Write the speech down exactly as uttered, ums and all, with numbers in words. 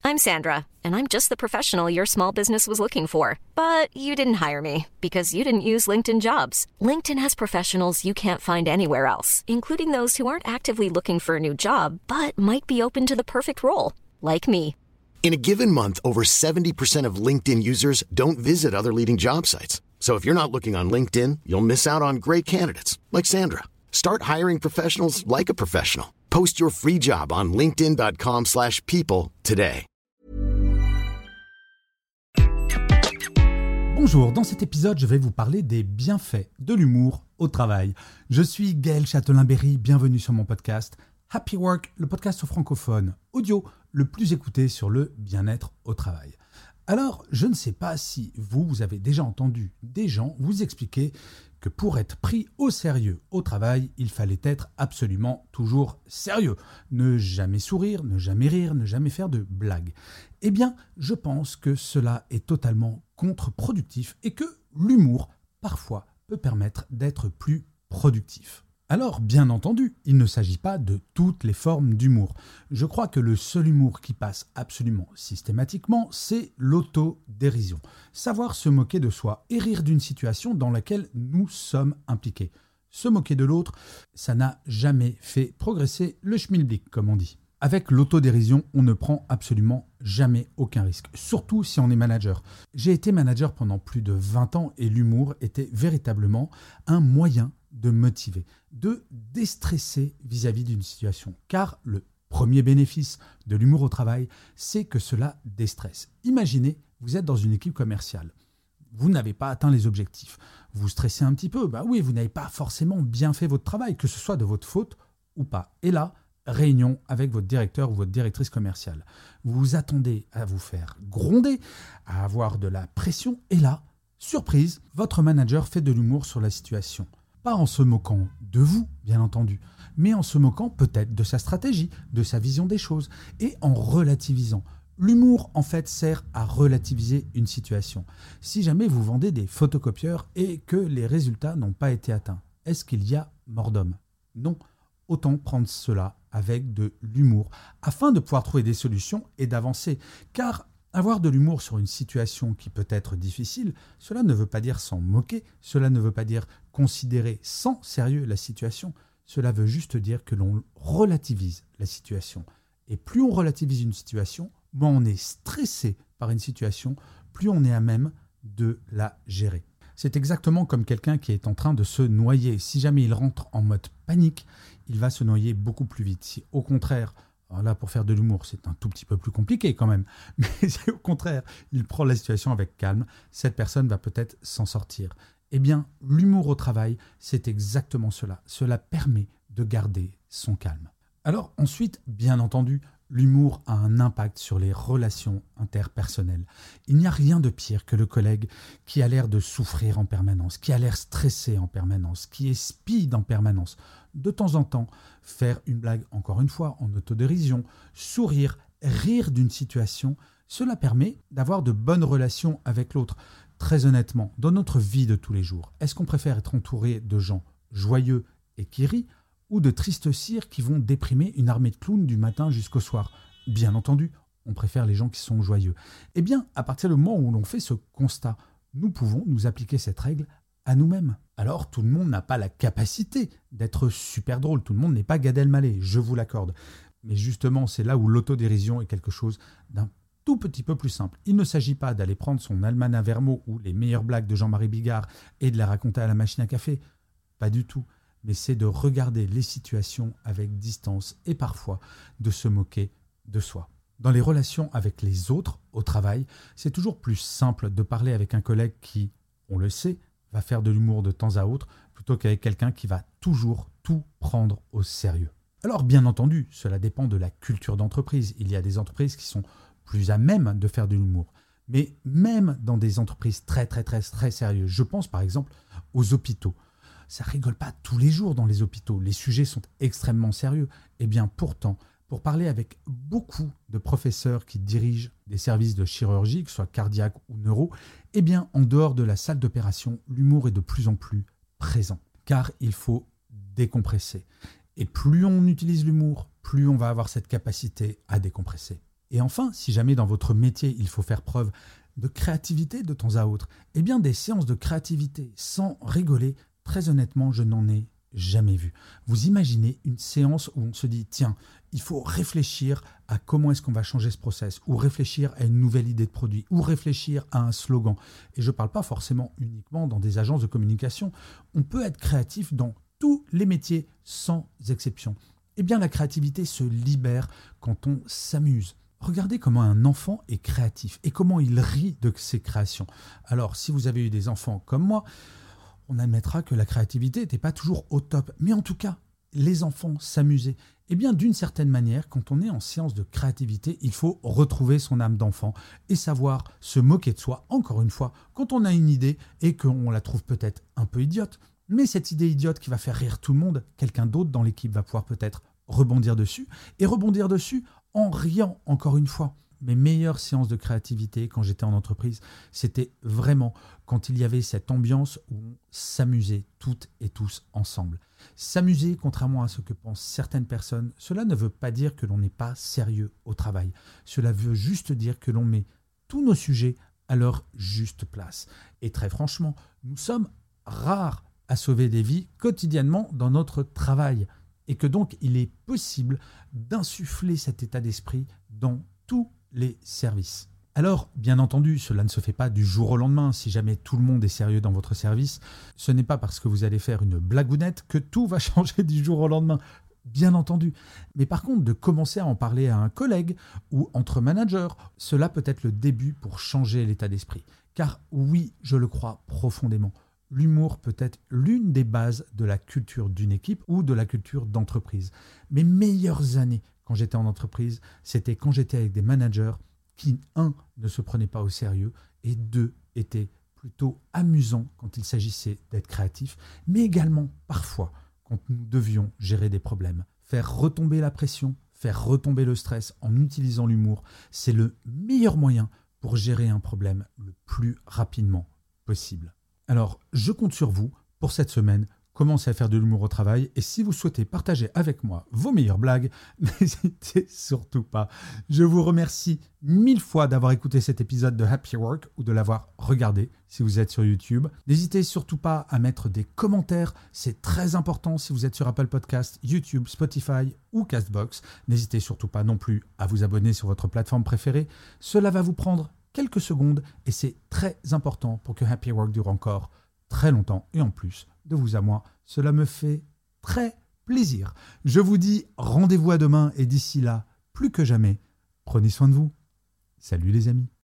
I'm Sandra, and I'm just the professional your small business was looking for. But you didn't hire me because you didn't use LinkedIn Jobs. LinkedIn has professionals you can't find anywhere else, including those who aren't actively looking for a new job, but might be open to the perfect role, like me. In a given month, over seventy percent of LinkedIn users don't visit other leading job sites. So if you're not looking on LinkedIn, you'll miss out on great candidates like Sandra. Start hiring professionals like a professional. Post your free job on linkedin.com slash people today. Bonjour, dans cet épisode, je vais vous parler des bienfaits de l'humour au travail. Je suis Gaël Châtelain-Berry, bienvenue sur mon podcast Happy Work, le podcast francophone audio le plus écouté sur le bien-être au travail. Alors, je ne sais pas si vous, vous avez déjà entendu des gens vous expliquer que pour être pris au sérieux au travail, il fallait être absolument toujours sérieux. Ne jamais sourire, ne jamais rire, ne jamais faire de blagues. Eh bien, je pense que cela est totalement contre-productif et que l'humour, parfois, peut permettre d'être plus productif. Alors, bien entendu, il ne s'agit pas de toutes les formes d'humour. Je crois que le seul humour qui passe absolument systématiquement, c'est l'autodérision. Savoir se moquer de soi et rire d'une situation dans laquelle nous sommes impliqués. Se moquer de l'autre, ça n'a jamais fait progresser le schmilblick, comme on dit. Avec l'autodérision, on ne prend absolument jamais aucun risque, surtout si on est manager. J'ai été manager pendant plus de vingt ans et l'humour était véritablement un moyen de motiver, de déstresser vis-à-vis d'une situation. Car le premier bénéfice de l'humour au travail, c'est que cela déstresse. Imaginez, vous êtes dans une équipe commerciale. Vous n'avez pas atteint les objectifs. Vous stressez un petit peu. Bah oui, vous n'avez pas forcément bien fait votre travail, que ce soit de votre faute ou pas. Et là, réunion avec votre directeur ou votre directrice commerciale. Vous vous attendez à vous faire gronder, à avoir de la pression. Et là, surprise, votre manager fait de l'humour sur la situation. Pas en se moquant de vous, bien entendu, mais en se moquant peut-être de sa stratégie, de sa vision des choses, et en relativisant. L'humour, en fait, sert à relativiser une situation. Si jamais vous vendez des photocopieurs et que les résultats n'ont pas été atteints, est-ce qu'il y a mort d'homme ? Non. Autant prendre cela avec de l'humour, afin de pouvoir trouver des solutions et d'avancer. Car avoir de l'humour sur une situation qui peut être difficile, cela ne veut pas dire s'en moquer, cela ne veut pas dire considérer sans sérieux la situation, cela veut juste dire que l'on relativise la situation. Et plus on relativise une situation, moins on est stressé par une situation, plus on est à même de la gérer. C'est exactement comme quelqu'un qui est en train de se noyer. Si jamais il rentre en mode panique, il va se noyer beaucoup plus vite. Si au contraire, alors là pour faire de l'humour, c'est un tout petit peu plus compliqué quand même, mais si au contraire, il prend la situation avec calme, cette personne va peut-être s'en sortir. Eh bien, l'humour au travail, c'est exactement cela. Cela permet de garder son calme. Alors ensuite, bien entendu, l'humour a un impact sur les relations interpersonnelles. Il n'y a rien de pire que le collègue qui a l'air de souffrir en permanence, qui a l'air stressé en permanence, qui est speed en permanence. De temps en temps, faire une blague, encore une fois, en autodérision, sourire, rire d'une situation, cela permet d'avoir de bonnes relations avec l'autre. Très honnêtement, dans notre vie de tous les jours, est-ce qu'on préfère être entouré de gens joyeux et qui rient, ou de tristes cires qui vont déprimer une armée de clowns du matin jusqu'au soir? Bien entendu, on préfère les gens qui sont joyeux. Eh bien, à partir du moment où l'on fait ce constat, nous pouvons nous appliquer cette règle à nous-mêmes. Alors, tout le monde n'a pas la capacité d'être super drôle, tout le monde n'est pas Gad Elmaleh, je vous l'accorde. Mais justement, c'est là où l'autodérision est quelque chose d'un tout petit peu plus simple. Il ne s'agit pas d'aller prendre son Almanach Vermo ou les meilleures blagues de Jean-Marie Bigard et de les raconter à la machine à café. Pas du tout. Mais c'est de regarder les situations avec distance et parfois de se moquer de soi. Dans les relations avec les autres au travail, c'est toujours plus simple de parler avec un collègue qui, on le sait, va faire de l'humour de temps à autre plutôt qu'avec quelqu'un qui va toujours tout prendre au sérieux. Alors bien entendu, cela dépend de la culture d'entreprise. Il y a des entreprises qui sont plus à même de faire de l'humour. Mais même dans des entreprises très très très très sérieuses, je pense par exemple aux hôpitaux. Ça rigole pas tous les jours dans les hôpitaux. Les sujets sont extrêmement sérieux. Et bien pourtant, pour parler avec beaucoup de professeurs qui dirigent des services de chirurgie, que ce soit cardiaque ou neuro, eh bien, en dehors de la salle d'opération, l'humour est de plus en plus présent, car il faut décompresser. Et plus on utilise l'humour, plus on va avoir cette capacité à décompresser. Et enfin, si jamais dans votre métier, il faut faire preuve de créativité de temps à autre, eh bien des séances de créativité sans rigoler, très honnêtement, je n'en ai jamais vu. Vous imaginez une séance où on se dit, tiens, il faut réfléchir à comment est-ce qu'on va changer ce process, ou réfléchir à une nouvelle idée de produit, ou réfléchir à un slogan. Et je ne parle pas forcément uniquement dans des agences de communication. On peut être créatif dans tous les métiers, sans exception. Eh bien, la créativité se libère quand on s'amuse. Regardez comment un enfant est créatif et comment il rit de ses créations. Alors, si vous avez eu des enfants comme moi, on admettra que la créativité n'était pas toujours au top. Mais en tout cas, les enfants s'amusaient. Eh bien, d'une certaine manière, quand on est en séance de créativité, il faut retrouver son âme d'enfant et savoir se moquer de soi, encore une fois, quand on a une idée et qu'on la trouve peut-être un peu idiote. Mais cette idée idiote qui va faire rire tout le monde, quelqu'un d'autre dans l'équipe va pouvoir peut-être rebondir dessus et rebondir dessus en riant encore une fois. Mes meilleures séances de créativité quand j'étais en entreprise, c'était vraiment quand il y avait cette ambiance où on s'amusait toutes et tous ensemble. S'amuser, contrairement à ce que pensent certaines personnes, cela ne veut pas dire que l'on n'est pas sérieux au travail. Cela veut juste dire que l'on met tous nos sujets à leur juste place. Et très franchement, nous sommes rares à sauver des vies quotidiennement dans notre travail. Et que donc, il est possible d'insuffler cet état d'esprit dans tous les services. Alors, bien entendu, cela ne se fait pas du jour au lendemain. Si jamais tout le monde est sérieux dans votre service, ce n'est pas parce que vous allez faire une blagounette que tout va changer du jour au lendemain. Bien entendu. Mais par contre, de commencer à en parler à un collègue ou entre managers, cela peut être le début pour changer l'état d'esprit. Car oui, je le crois profondément. L'humour peut être l'une des bases de la culture d'une équipe ou de la culture d'entreprise. Mes meilleures années quand j'étais en entreprise, c'était quand j'étais avec des managers qui, un, ne se prenaient pas au sérieux et deux, étaient plutôt amusants quand il s'agissait d'être créatifs, mais également parfois quand nous devions gérer des problèmes. Faire retomber la pression, faire retomber le stress en utilisant l'humour, c'est le meilleur moyen pour gérer un problème le plus rapidement possible. Alors, je compte sur vous pour cette semaine. Commencez à faire de l'humour au travail et si vous souhaitez partager avec moi vos meilleures blagues, n'hésitez surtout pas. Je vous remercie mille fois d'avoir écouté cet épisode de Happy Work ou de l'avoir regardé si vous êtes sur YouTube. N'hésitez surtout pas à mettre des commentaires, c'est très important si vous êtes sur Apple Podcasts, YouTube, Spotify ou Castbox. N'hésitez surtout pas non plus à vous abonner sur votre plateforme préférée. Cela va vous prendre quelques secondes et c'est très important pour que Happy Work dure encore très longtemps et en plus, de vous à moi, cela me fait très plaisir. Je vous dis rendez-vous à demain et d'ici là, plus que jamais, prenez soin de vous. Salut les amis.